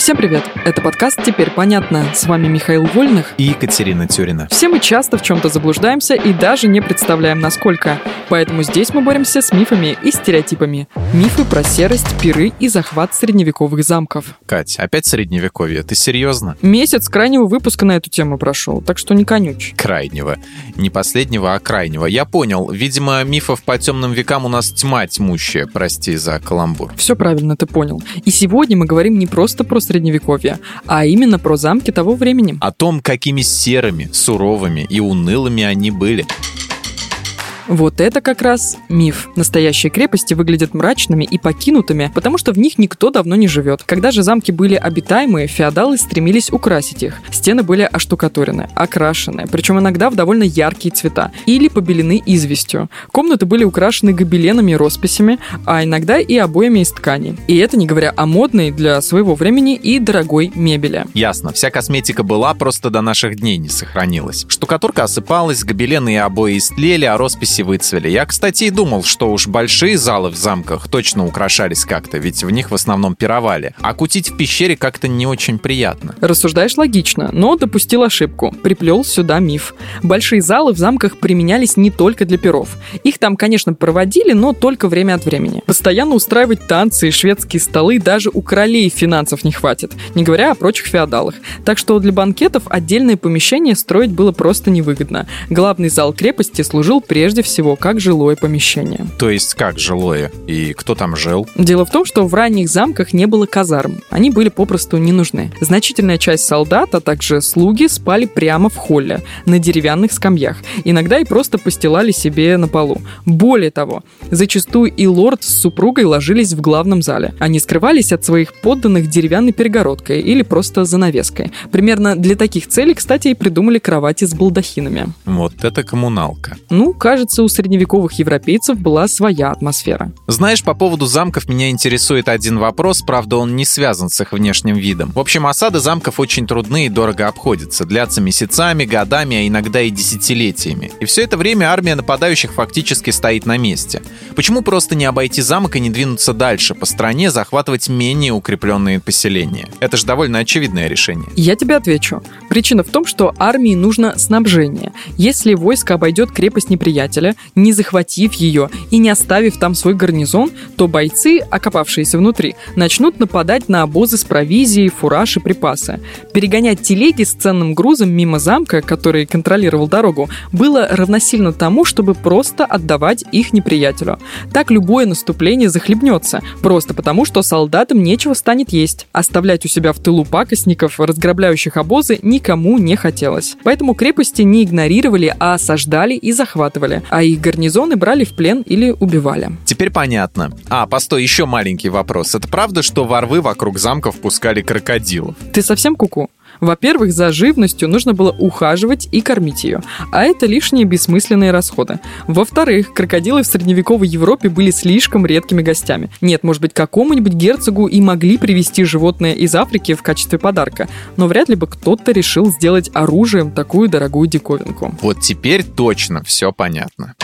Всем привет! Это подкаст «Теперь понятно». С вами Михаил Вольных и Екатерина Тюрина. Все мы часто в чем-то заблуждаемся и даже не представляем, насколько. Поэтому здесь мы боремся с мифами и стереотипами. Мифы про серость, пиры и захват средневековых замков. Кать, опять средневековье? Ты серьезно? Месяц крайнего выпуска на эту тему прошел, так что не конючь. Крайнего. Не последнего, а крайнего. Я понял. Видимо, мифов по темным векам у нас тьма тьмущая. Прости за каламбур. Все правильно, ты понял. И сегодня мы говорим не просто про средневековье, а именно про замки того времени. О том, какими серыми, суровыми и унылыми они были. Вот это как раз миф. Настоящие крепости выглядят мрачными и покинутыми, потому что в них никто давно не живет. Когда же замки были обитаемые, феодалы стремились украсить их. Стены были оштукатурены, окрашены, причем иногда в довольно яркие цвета, или побелены известью. Комнаты были украшены гобеленами и росписями, а иногда и обоями из ткани. И это не говоря о модной для своего времени и дорогой мебели. Ясно. Вся косметика была, просто до наших дней не сохранилась. Штукатурка осыпалась, гобелены и обои истлели, а росписи выцвели. Я, кстати, и думал, что уж большие залы в замках точно украшались как-то, ведь в них в основном пировали. А кутить в пещере как-то не очень приятно. Рассуждаешь логично, но допустил ошибку. Приплел сюда миф. Большие залы в замках применялись не только для пиров. Их там, конечно, проводили, но только время от времени. Постоянно устраивать танцы и шведские столы даже у королей финансов не хватит, не говоря о прочих феодалах. Так что для банкетов отдельное помещение строить было просто невыгодно. Главный зал крепости служил прежде всего как жилое помещение. То есть как жилое? И кто там жил? Дело в том, что в ранних замках не было казарм. Они были попросту не нужны. Значительная часть солдат, а также слуги спали прямо в холле, на деревянных скамьях. Иногда и просто постилали себе на полу. Более того, зачастую и лорд с супругой ложились в главном зале. Они скрывались от своих подданных деревянной перегородкой или просто занавеской. Примерно для таких целей, кстати, и придумали кровати с балдахинами. Вот это коммуналка. Кажется, у средневековых европейцев была своя атмосфера. Знаешь, по поводу замков меня интересует один вопрос, правда, он не связан с их внешним видом. В общем, осады замков очень трудны и дорого обходятся, длятся месяцами, годами, а иногда и десятилетиями. И все это время армия нападающих фактически стоит на месте. Почему просто не обойти замок и не двинуться дальше по стране, захватывать менее укрепленные поселения? Это же довольно очевидное решение. Я тебе отвечу. Причина в том, что армии нужно снабжение. Если войско обойдет крепость неприятеля, не захватив ее и не оставив там свой гарнизон, то бойцы, окопавшиеся внутри, начнут нападать на обозы с провизией, фураж и припасы. Перегонять телеги с ценным грузом мимо замка, который контролировал дорогу, было равносильно тому, чтобы просто отдавать их неприятелю. Так любое наступление захлебнется, просто потому, что солдатам нечего станет есть. Оставлять у себя в тылу пакостников, разграбляющих обозы, никому не хотелось. Поэтому крепости не игнорировали, а осаждали и захватывали, а их гарнизоны брали в плен или убивали. Теперь понятно. Постой, еще маленький вопрос. Это правда, что во рвы вокруг замков пускали крокодилов? Ты совсем куку? Во-первых, за живностью нужно было ухаживать и кормить ее, а это лишние бессмысленные расходы. Во-вторых, крокодилы в средневековой Европе были слишком редкими гостями. Нет, может быть, какому-нибудь герцогу и могли привезти животное из Африки в качестве подарка, но вряд ли бы кто-то решил сделать оружием такую дорогую диковинку. Вот теперь точно все понятно.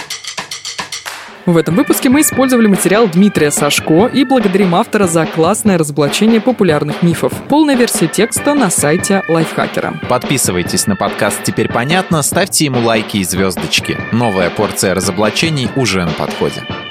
В этом выпуске мы использовали материал Дмитрия Сашко и благодарим автора за классное разоблачение популярных мифов. Полная версия текста на сайте Лайфхакера. Подписывайтесь на подкаст «Теперь понятно», ставьте ему лайки и звездочки. Новая порция разоблачений уже на подходе.